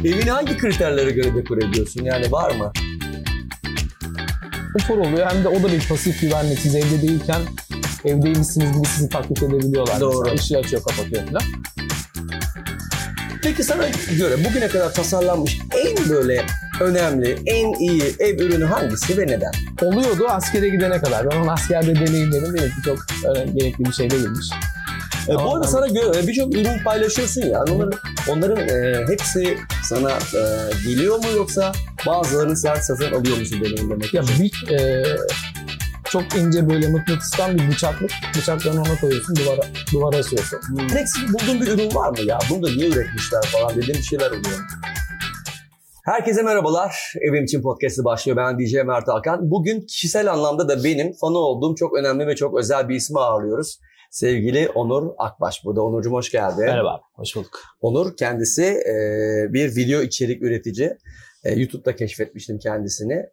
Evini hangi kriterlere göre dekore ediyorsun? Yani var mı? Konfor oluyor, hem de o da bir pasif güvenlik. Siz evde değilken evdeymişsiniz gibi sizi taklit edebiliyorlar. Doğru. Mesela ışığı açıyor, kapatıyor falan. Peki sana göre bugüne kadar tasarlanmış en böyle önemli, en iyi ev ürünü hangisi ve neden? Oluyordu askere gidene kadar. Ben onu askerde deneyimledim. Demek ki çok gerekli bir şey değilmiş. Bu arada sana göre birçok ürün paylaşıyorsun ya. Onların hepsi sana geliyor mu, yoksa bazılarını sen satın alıyor musun deneyimlemek Ya için? çok ince böyle mıknatıstan bir bıçaklık. Bıçaklarını ona koyuyorsun, duvara asıyorsun. Eksik bulduğun bir ürün var mı ya? Bunu da niye üretmişler falan dediğin bir şeyler oluyor. Herkese merhabalar. Evim için podcast'ı başlıyor. Ben DJ Mert Hakan. Bugün kişisel anlamda da benim fanı olduğum çok önemli ve çok özel bir ismi ağırlıyoruz. Sevgili Onur Akbaş burada. Onurcuğum hoş geldin. Merhaba, hoş bulduk. Onur kendisi bir video içerik üretici. YouTube'da keşfetmiştim kendisini.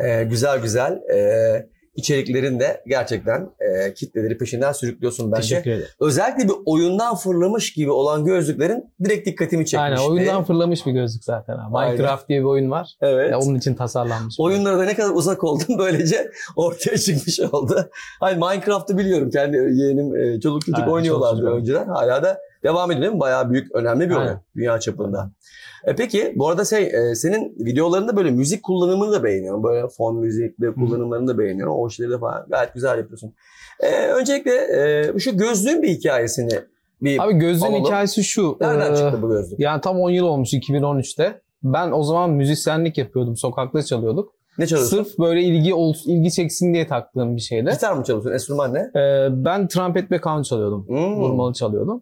Güzel içeriklerin de gerçekten kitleleri peşinden sürüklüyorsun bence. Teşekkür ederim. Özellikle bir oyundan fırlamış gibi olan gözlüklerin direkt dikkatimi çekmişti. Aynen, oyundan fırlamış bir gözlük zaten. Minecraft diye bir oyun var. Evet. Onun için tasarlanmış. Oyunlara da ne kadar uzak oldum böylece ortaya çıkmış oldu. Hani Minecraft'ı biliyorum. Kendi yeğenim çoluk çocuk Aynen, oynuyorlardı çok önceden. Hala da devam ediyor değil mi? Bayağı büyük, önemli bir oyun. Aynen. Dünya çapında. Peki bu arada senin videolarında böyle müzik kullanımını da beğeniyorum. Böyle fon müzikli kullanımlarını da beğeniyorum. O işleri de falan gayet güzel yapıyorsun. Öncelikle şu gözlüğün bir hikayesini Abi gözlüğün alalım. Hikayesi şu. Nereden çıktı bu gözlük? Yani tam 10 yıl olmuş, 2013'te. Ben o zaman müzisyenlik yapıyordum. Sokakta çalıyorduk. Ne çalıyorsun? Sırf böyle ilgi çeksin diye taktığım bir şeydi. Gitar mı çalıyorsun? Enstrüman ne? Ben trompet ve kanun çalıyordum. Vurmalı çalıyordum.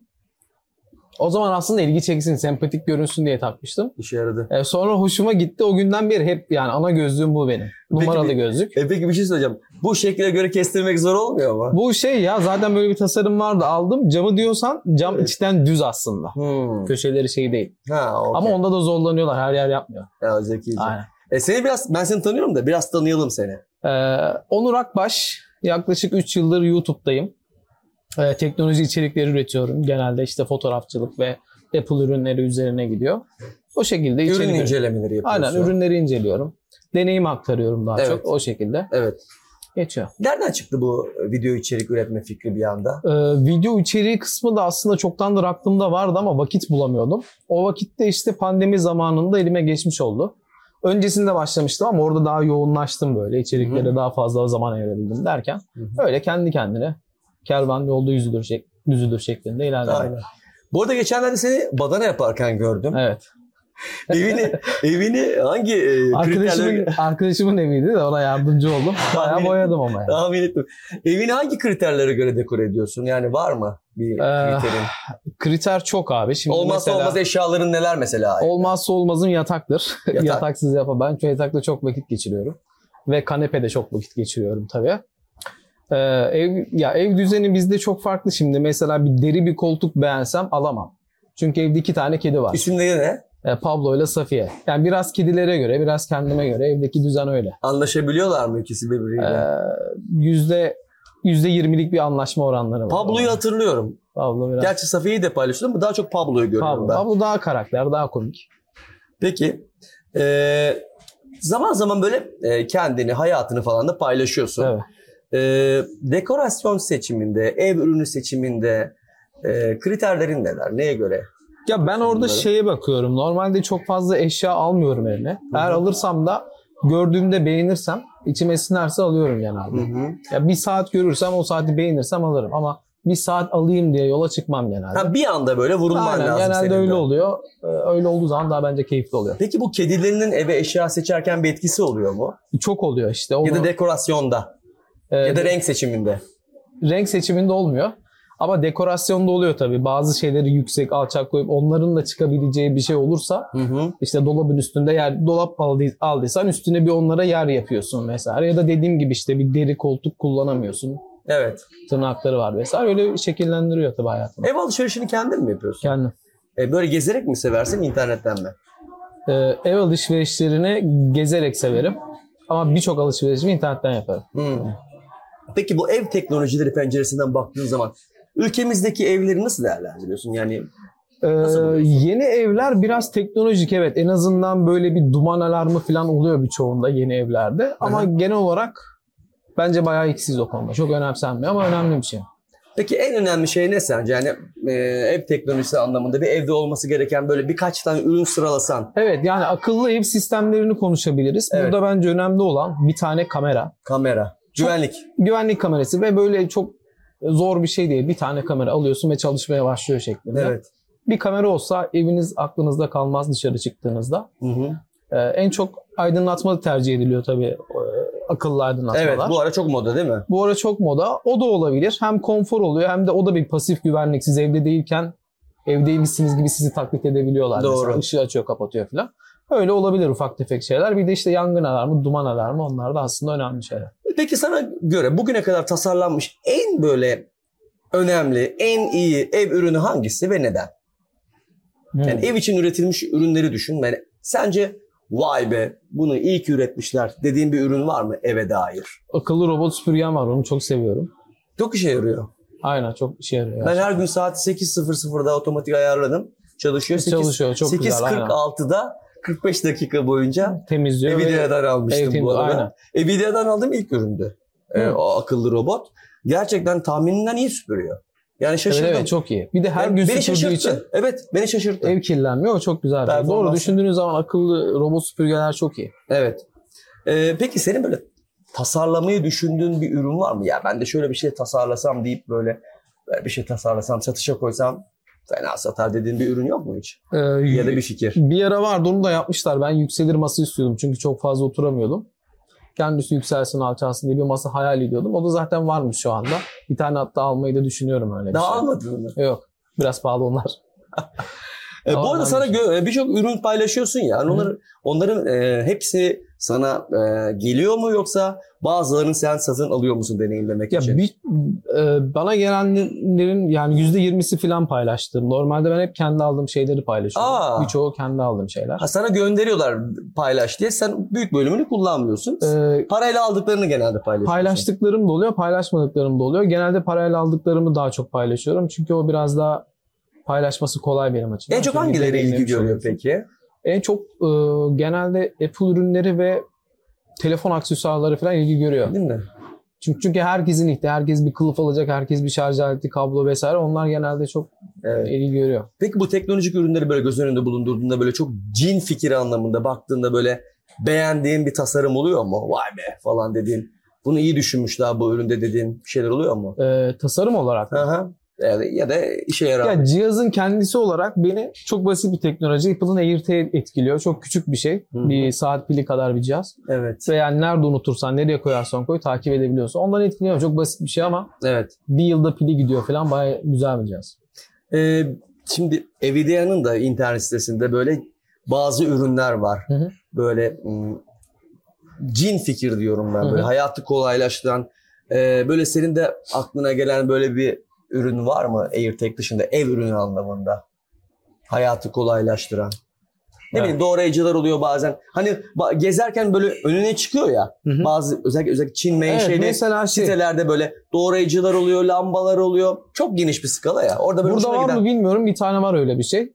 O zaman aslında ilgi çeksin, sempatik görünsün diye takmıştım. İşe yaradı. Sonra hoşuma gitti. O günden beri hep yani ana gözlüğüm bu benim. Numaralı gözlük. Peki bir şey söyleyeceğim. Bu şekle göre kestirmek zor olmuyor mu? Bu ya zaten böyle bir tasarım vardı, aldım. Camı diyorsan cam içten düz aslında. Köşeleri değil. Ha, okay. Ama onda da zorlanıyorlar. Her yer yapmıyor. Ya zekice. Aynen. Ben seni tanıyorum da biraz tanıyalım seni. Onur Akbaş. Yaklaşık 3 yıldır YouTube'dayım. Teknoloji içerikleri üretiyorum. Genelde işte fotoğrafçılık ve Apple ürünleri üzerine gidiyor. O şekilde ürün incelemeleri yapıyorsun. Aynen, ürünleri inceliyorum. Deneyim aktarıyorum daha Evet. çok o şekilde. Evet. Geçiyor. Nereden çıktı bu video içerik üretme fikri bir anda? Video içeriği kısmı da aslında çoktandır aklımda vardı ama vakit bulamıyordum. O vakitte işte pandemi zamanında elime geçmiş oldu. Öncesinde başlamıştım ama orada daha yoğunlaştım böyle. İçeriklere daha fazla zaman ayırabildim derken. Öyle kendi kendine kervan yolda düzülür şeklinde ilerledim. Aynen. Bu arada geçenlerde seni badana yaparken gördüm. Evet. Evini hangi kriterlerle... Arkadaşımın eviydi de ona yardımcı oldum. Bayağı boyadım ama yani. Tahmin ettim. Evini hangi kriterlere göre dekore ediyorsun? Yani var mı bir kriterin? Kriter çok abi. Şimdi Olmazsa mesela, olmaz eşyaların neler mesela? olmazsa olmazım yataktır. Yatak. Yataksız yapamam. Ben şu yatakta çok vakit geçiriyorum. Ve kanepede çok vakit geçiriyorum tabii. Ev düzeni bizde çok farklı şimdi. Mesela bir deri bir koltuk beğensem alamam. Çünkü evde 2 tane kedi var. İsimleri ne? Pablo ile Safiye. Yani biraz kedilere göre, biraz kendime göre evdeki düzen öyle. Anlaşabiliyorlar mı ikisi birbiriyle? %20'lik bir anlaşma oranları var. Pablo'yu hatırlıyorum. Pablo biraz. Gerçi Safiye'yi de paylaşıyordum ama daha çok Pablo'yu görüyorum ben. Pablo daha karakter, daha komik. Peki. Zaman zaman böyle kendini, hayatını falan da paylaşıyorsun. Evet. Dekorasyon seçiminde, ev ürünü seçiminde kriterlerin neler? Neye göre? Ya ben orada bakıyorum. Normalde çok fazla eşya almıyorum evime. Eğer alırsam da gördüğümde beğenirsem, içime sinerse alıyorum genelde. Ya bir saat görürsem o saati beğenirsem alırım ama bir saat alayım diye yola çıkmam genelde. Ha, bir anda böyle vurulman lazım. Genelde senin öyle de. oluyor. Öyle olduğu zaman daha bence keyifli oluyor. Peki bu kedilerinin eve eşya seçerken bir etkisi oluyor mu? Çok oluyor işte. Ya da dekorasyonda? Ya da renk seçiminde? Renk seçiminde olmuyor. Ama dekorasyonda oluyor tabii. Bazı şeyleri yüksek, alçak koyup onların da çıkabileceği bir şey olursa işte dolabın üstünde dolap aldıysan üstüne bir onlara yer yapıyorsun vesaire. Ya da dediğim gibi işte bir deri koltuk kullanamıyorsun. Evet. Tırnakları var vesaire. Öyle şekillendiriyor tabii hayatını. Ev alışverişini kendin mi yapıyorsun? Kendim. Böyle gezerek mi seversin, internetten mi? Ev alışverişlerini gezerek severim. Ama birçok alışverişimi internetten yaparım. Peki bu ev teknolojileri penceresinden baktığın zaman ülkemizdeki evleri nasıl değerlendiriyorsun? Yani Nasıl buluyorsun? Yeni evler biraz teknolojik, evet. En azından böyle bir duman alarmı falan oluyor birçoğunda yeni evlerde. Ama genel olarak bence bayağı eksiz o konuda. Çok önemsenmiyor ama önemli bir şey. Peki en önemli şey ne sence? Yani ev teknolojisi anlamında bir evde olması gereken böyle birkaç tane ürün sıralasan. Evet, yani akıllı ev sistemlerini konuşabiliriz. Evet. Burada bence önemli olan bir tane kamera. Kamera, güvenlik. Güvenlik kamerası ve böyle çok zor bir şey değil. Bir tane kamera alıyorsun ve çalışmaya başlıyor şeklinde. Evet. Bir kamera olsa eviniz aklınızda kalmaz dışarı çıktığınızda. Hı hı. En çok aydınlatma tercih ediliyor tabii. Akıllı aydınlatmalar. Evet, bu ara çok moda değil mi? Bu ara çok moda. O da olabilir. Hem konfor oluyor hem de o da bir pasif güvenlik. Siz evde değilken evdeymişsiniz gibi sizi taklit edebiliyorlar. Doğru. Mesela ışığı açıyor, kapatıyor falan. Öyle olabilir ufak tefek şeyler. Bir de işte yangın alarmı, duman alarmı, onlar da aslında önemli şeyler. Peki sana göre bugüne kadar tasarlanmış en böyle önemli, en iyi ev ürünü hangisi ve neden? Yani ev için üretilmiş ürünleri düşün. Yani sence vay be bunu iyi ki üretmişler dediğin bir ürün var mı eve dair? Akıllı robot süpürgen var. Onu çok seviyorum. Çok işe yarıyor. Aynen, çok işe yarıyor. Ben her gün saat 8.00'da otomatik ayarladım. Çalışıyor. Çalışıyor, çok güzel, aynen. 8.46'da 45 dakika boyunca Temizliyor. Evidea'dan almıştım bu arada. Aynen. Evidea'dan aldığım ilk üründü. O akıllı robot. Gerçekten tahmininden iyi süpürüyor. Yani şaşırdım. Evet, çok iyi. Bir de her gün beni süpürdüğü şaşırttı. için Evet, beni şaşırttı. ev kirlenmiyor. O çok güzel bir şey. Performansı. Doğru düşündüğünüz zaman akıllı robot süpürgeler çok iyi. Evet. Peki senin böyle tasarlamayı düşündüğün bir ürün var mı? Ya ben de şöyle bir şey tasarlasam deyip böyle bir şey tasarlasam, satışa koysam fena satar dediğin bir ürün yok mu hiç? Ya da bir fikir. Bir ara vardı, onu da yapmışlar. Ben yükselir masa istiyordum çünkü çok fazla oturamıyordum. Kendisi yükselsin, alçalsın diye bir masa hayal ediyordum. O da zaten varmış şu anda. Bir tane hatta almayı da düşünüyorum öyle bir Daha şey. almadın mı? Yok. Biraz pahalı onlar. Bu arada sana birçok ürün paylaşıyorsun ya. Yani onların hepsi sana geliyor mu yoksa bazılarını sen satın alıyor musun deneyimlemek Ya için? bana gelenlerin yani %20'si falan paylaştım. Normalde ben hep kendi aldığım şeyleri paylaşıyorum. Birçoğu kendi aldığım şeyler. Ha, sana gönderiyorlar paylaş diye. Sen büyük bölümünü kullanmıyorsun. Parayla aldıklarını genelde paylaşıyorsun. Paylaştıklarım da oluyor, paylaşmadıklarım da oluyor. Genelde parayla aldıklarımı daha çok paylaşıyorum. Çünkü o biraz daha paylaşması kolay benim açımdan. En çok hangileri ilgi görüyor peki? En çok genelde Apple ürünleri ve telefon aksesuarları falan ilgi görüyor. Değil mi? Çünkü herkesin ihtiyacı, herkes bir kılıf alacak, herkes bir şarj aleti, kablo vesaire. Onlar genelde çok ilgi görüyor. Peki bu teknolojik ürünleri böyle göz önünde bulundurduğunda böyle çok cin fikri anlamında baktığında böyle beğendiğin bir tasarım oluyor mu? Vay be falan dediğin. Bunu iyi düşünmüşler bu üründe dediğin şeyler oluyor mu? Tasarım olarak. Aha. Ya da işe yarar. Ya cihazın kendisi olarak beni çok basit bir teknoloji. Apple'ın AirTag etkiliyor. Çok küçük bir şey. Hı-hı. Bir saat pili kadar bir cihaz. Evet. Ve yani nerede unutursan, nereye koyarsan koy takip edebiliyorsun. Ondan etkiliyor. Çok basit bir şey ama evet. Bir yılda pili gidiyor falan. Bayağı güzel bir cihaz. Şimdi Evidea'nın da internet sitesinde böyle bazı ürünler var. Hı-hı. Böyle cin fikir diyorum ben. Böyle hayatı kolaylaştıran. Böyle senin de aklına gelen böyle bir ürün var mı AirTag dışında ev ürünü anlamında? Hayatı kolaylaştıran. Ne bileyim doğrayıcılar oluyor bazen. Hani gezerken böyle önüne çıkıyor ya. Hı-hı. Bazı özellikle Çin menşeli sitelerde böyle doğrayıcılar oluyor, lambalar oluyor. Çok geniş bir skala ya. Orada böyle burada var mı bilmiyorum. Bir tane var öyle bir şey.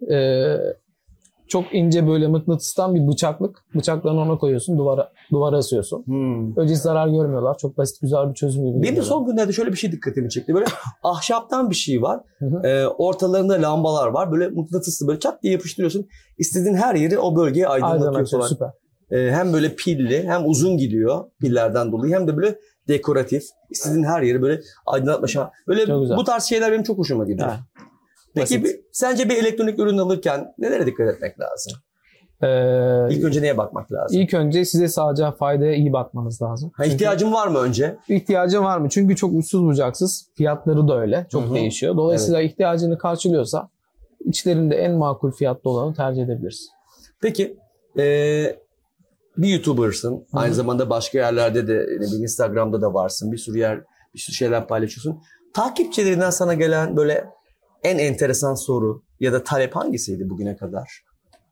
Çok ince böyle mıknatıstan bir bıçaklık. Bıçaklarını ona koyuyorsun. Duvara asıyorsun. Öyle hiç zarar görmüyorlar. Çok basit, güzel bir çözüm gibi. Benim de son günlerde şöyle bir şey dikkatimi çekti. Böyle ahşaptan bir şey var. Ortalarında lambalar var. Böyle mıknatıslı böyle çat diye yapıştırıyorsun. İstediğin her yeri o bölgeye aydınlatıyor falan. Süper. Hem böyle pilli hem uzun gidiyor pillerden dolayı hem de böyle dekoratif. İstediğin her yeri böyle aydınlatma. Böyle bu tarz şeyler benim çok hoşuma gidiyor. Ha. Peki sence bir elektronik ürün alırken nelere dikkat etmek lazım? İlk önce neye bakmak lazım? İlk önce size sağlayacağı faydaya iyi bakmanız lazım. İhtiyacın var mı önce? İhtiyacın var mı? Çünkü çok uçsuz bucaksız. Fiyatları da öyle. Çok değişiyor. Dolayısıyla ihtiyacını karşılıyorsa içlerinde en makul fiyatlı olanı tercih edebilirsin. Peki bir YouTuber'sın. Aynı zamanda başka yerlerde de Instagram'da da varsın. Bir sürü şeyler paylaşıyorsun. Takipçilerinden sana gelen böyle en enteresan soru ya da talep hangisiydi bugüne kadar?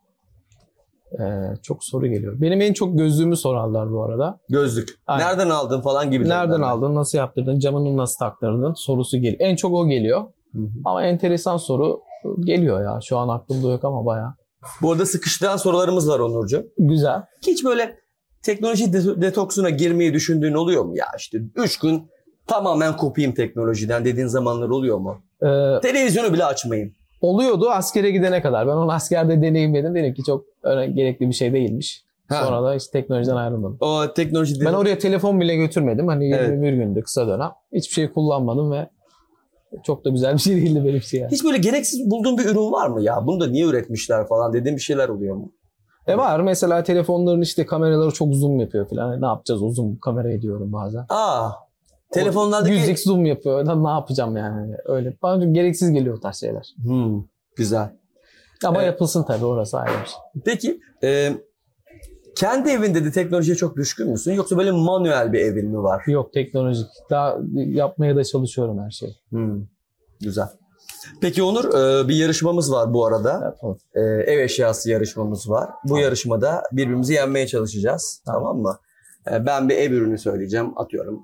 Çok soru geliyor. Benim en çok gözlüğümü sorarlar bu arada. Gözlük. Aynen. Nereden aldın falan gibi. Nereden aldın, nasıl yaptırdın, camını nasıl taktırdın sorusu geliyor. En çok o geliyor. Ama enteresan soru Geliyor ya. Şu an aklımda yok ama bayağı. Bu arada sıkıştıran sorularımız var Onurcuğum. Güzel. Hiç böyle teknoloji detoksuna girmeyi düşündüğün oluyor mu? Ya işte 3 gün tamamen kopayım teknolojiden dediğin zamanlar oluyor mu? Televizyonu bile açmayın. Oluyordu askere gidene kadar. Ben onu askerde deneyimledim. Dedim ki çok gerekli bir şey değilmiş. Ha. Sonra da işte teknolojiden ayrılmadım. O teknoloji Ben oraya telefon bile götürmedim. Hani 21 gündü kısa dönem. Hiçbir şey kullanmadım ve çok da güzel bir şey değildi benim için yani. Hiç böyle gereksiz bulduğun bir ürün var mı ya? Bunu da niye üretmişler falan dediğin bir şeyler oluyor mu? Var mesela telefonların işte kameraları çok zoom yapıyor falan. Ne yapacağız o zoom kamerayı diyorum bazen. Telefonlardaki... 100x zoom yapıyor. Ne yapacağım yani öyle. Bana çok gereksiz geliyor o tarz şeyler. Güzel. Ama yapılsın tabii orası ayrı bir şey. Peki kendi evinde de teknolojiye çok düşkün müsün? Yoksa böyle manuel bir evin mi var? Yok teknolojik. Daha yapmaya da çalışıyorum her şeyi. Güzel. Peki Onur bir yarışmamız var bu arada. Yapalım. Ev eşyası yarışmamız var. Bu yarışmada birbirimizi yenmeye çalışacağız. Tamam mı? Ben bir ev ürünü söyleyeceğim. Atıyorum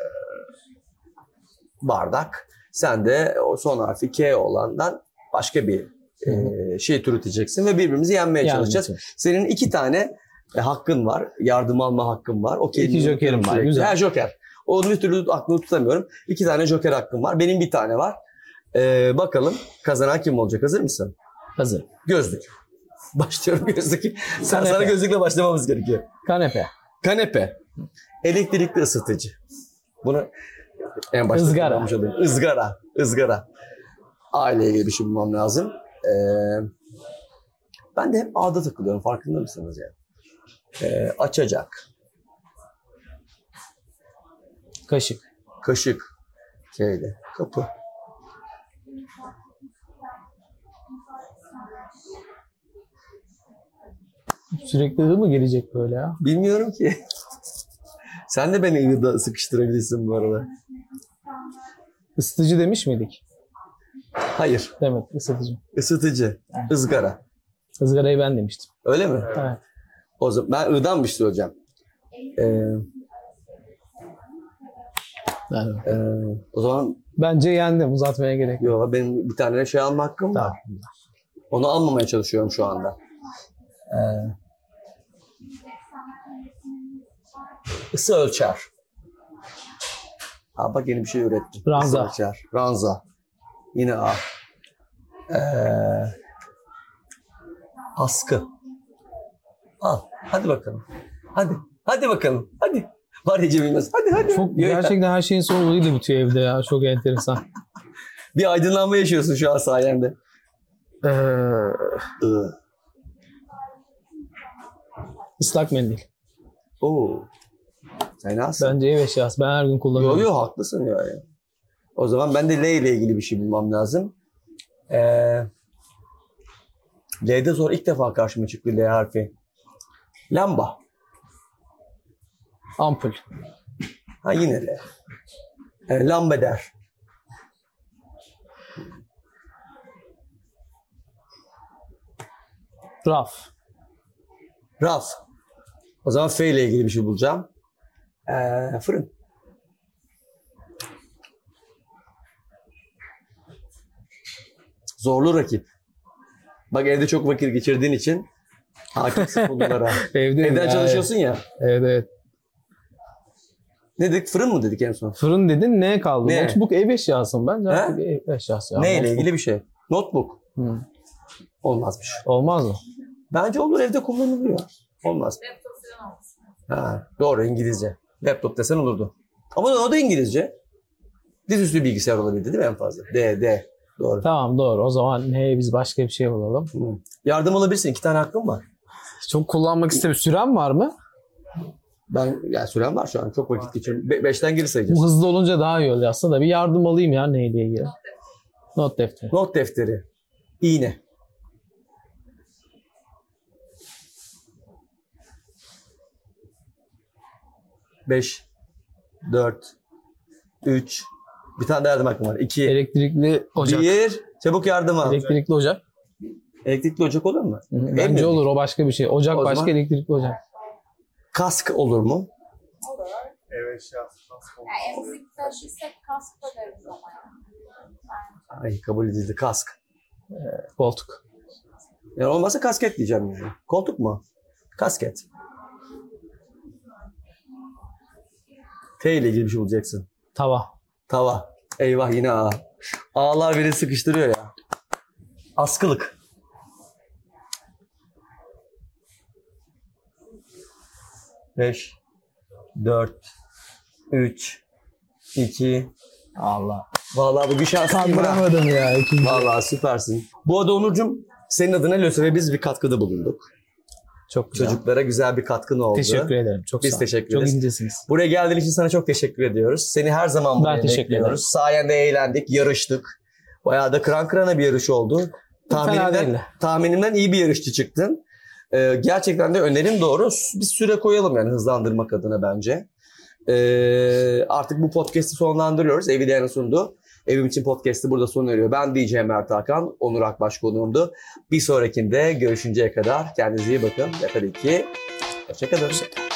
bardak. Sen de o son harfi K olandan başka bir şey türeteceksin ve birbirimizi yenmeye çalışacağız. Senin 2 tane hakkın var. Yardım alma hakkın var. O 2 jokerim var. Güzel. Her joker. Onu bir türlü aklımda tutamıyorum. 2 tane joker hakkım var. Benim 1 tane var. Bakalım kazanan kim olacak? Hazır mısın? Hazır. Gözlük. Başlıyorum gözlük. Sana gözlükle başlamamız gerekiyor. Kanepe. Kanepe. Elektrikli ısıtıcı. Bunu en başta Izgara. Izgara. Aileyle ilgili bir şey bulmam lazım. Ben de hep A'da takılıyorum. Farkında mısınız yani? Açacak. Kaşık. Şeyde. Kapı. Sürekli hızlı mı gelecek böyle ya? Bilmiyorum ki. Sen de beni ığda sıkıştırabilirsin bu arada. Isıtıcı demiş miydik? Hayır. Demek ısıtıcı. Isıtıcı. Izgara. Izgarayı ben demiştim. Öyle mi? Evet. O zaman ben I'dan bir şey söyleyeceğim. O zaman Bence yendim. Uzatmaya gerek yok. yok, benim bir tane şey alma hakkım var. Onu almamaya çalışıyorum şu anda. Isı ölçer. Bak yeni bir şey ürettim. Ranza. Isı ölçer. Ranza. Yine A. Askı. Al. Hadi bakalım. Hadi bakalım. Hadi. Var ya cebimiz. Hadi. Çok gerçekten her şeyin soruluydu bitiyor evde ya. Çok enteresan. Bir aydınlanma yaşıyorsun şu an sayende. Islak mendil. Oo. Fenasın. Bence ev eşyası. Ben her gün kullanıyorum. Yok haklısın ya. O zaman ben de L ile ilgili bir şey bulmam lazım. L'de zor. İlk defa karşıma çıktı L harfi. Lamba. Ampul. Yine L. Lambeder. Raf. Raf. O zaman F ile ilgili bir şey bulacağım. Fırın. Zorlu rakip. Bak evde çok vakit geçirdiğin için hakimsin konulara. Evden çalışıyorsun ya. Evet. Ne dedik? Fırın mı dedik en son? Fırın dedin ne kaldı? Ne? Notebook ev eşyası mı? Bence artık ev eşyası. Ya. Ne ile Notebook. ilgili bir şey? Notebook. Olmazmış. Olmaz mı? Bence olur, evde kullanılıyor. Olmaz. Doğru, İngilizce. Laptop desen olurdu. Ama o da İngilizce. Dizüstü bilgisayar olabilirdi değil mi en fazla? D. Doğru. Tamam doğru. O zaman biz başka bir şey bulalım. Yardım alabilirsin. 2 tane hakkım var. Çok kullanmak istemiyorum. Süren var mı? Sürem var şu an. Çok vakit geçiriyorum. 5'ten geri sayacağız. Bu hızlı olunca daha iyi oluyor aslında. Bir yardım alayım ya neyle ilgili. Not defteri. Not defteri. İğne. Beş, 4, 3, bir tane de yardım hakkım var. 2, Elektrikli ocak. 1, çabuk yardım al. Elektrikli ocak. Elektrikli ocak olur mu? Bence olur, o başka bir şey. Ocak O başka, zaman- elektrikli ocak. Kask olur mu? Evet şahsı kask olur. Yani emzik taşıysak kask da deriz ama yani. Ay, kabul edildi, kask. Koltuk. Yani olmazsa kasket diyeceğim yani. Koltuk mu? Kasket. T ile ilgili bir şey bulacaksın. Tava. Tava. Eyvah yine ağ. Ağlar beni sıkıştırıyor ya. Askılık. Beş, 4, 3, 2. Allah. Vallahi bugün şanslıyım ha. Kandıramadım ya. İkinci. Vallahi süpersin. Bu arada Onurcuğum senin adına LÖSEV'e biz bir katkıda bulunduk. Çok güzel. Çocuklara güzel bir katkın oldu. Teşekkür ederim. Çok Biz sağ ol. teşekkür Çok ederiz. incesiniz. Buraya geldiğin için sana çok teşekkür ediyoruz. Seni her zaman buraya Ben teşekkür bekliyoruz. ederim. Sayende eğlendik, yarıştık. Bayağı da kıran kırana bir yarış oldu. Fena değildi. Tahminimden iyi bir yarışçı çıktın. Gerçekten de önerim doğru. Bir süre koyalım yani hızlandırmak adına bence. Artık bu podcast'i sonlandırıyoruz. Evi Değer'in sunduğu Evim için podcast'i burada sona eriyor. Ben DJ Mert Hakan, Onur Akbaş konuğumdu. Bir sonrakinde görüşünceye kadar kendinize iyi bakın. Ve tabii ki hoşçakalın.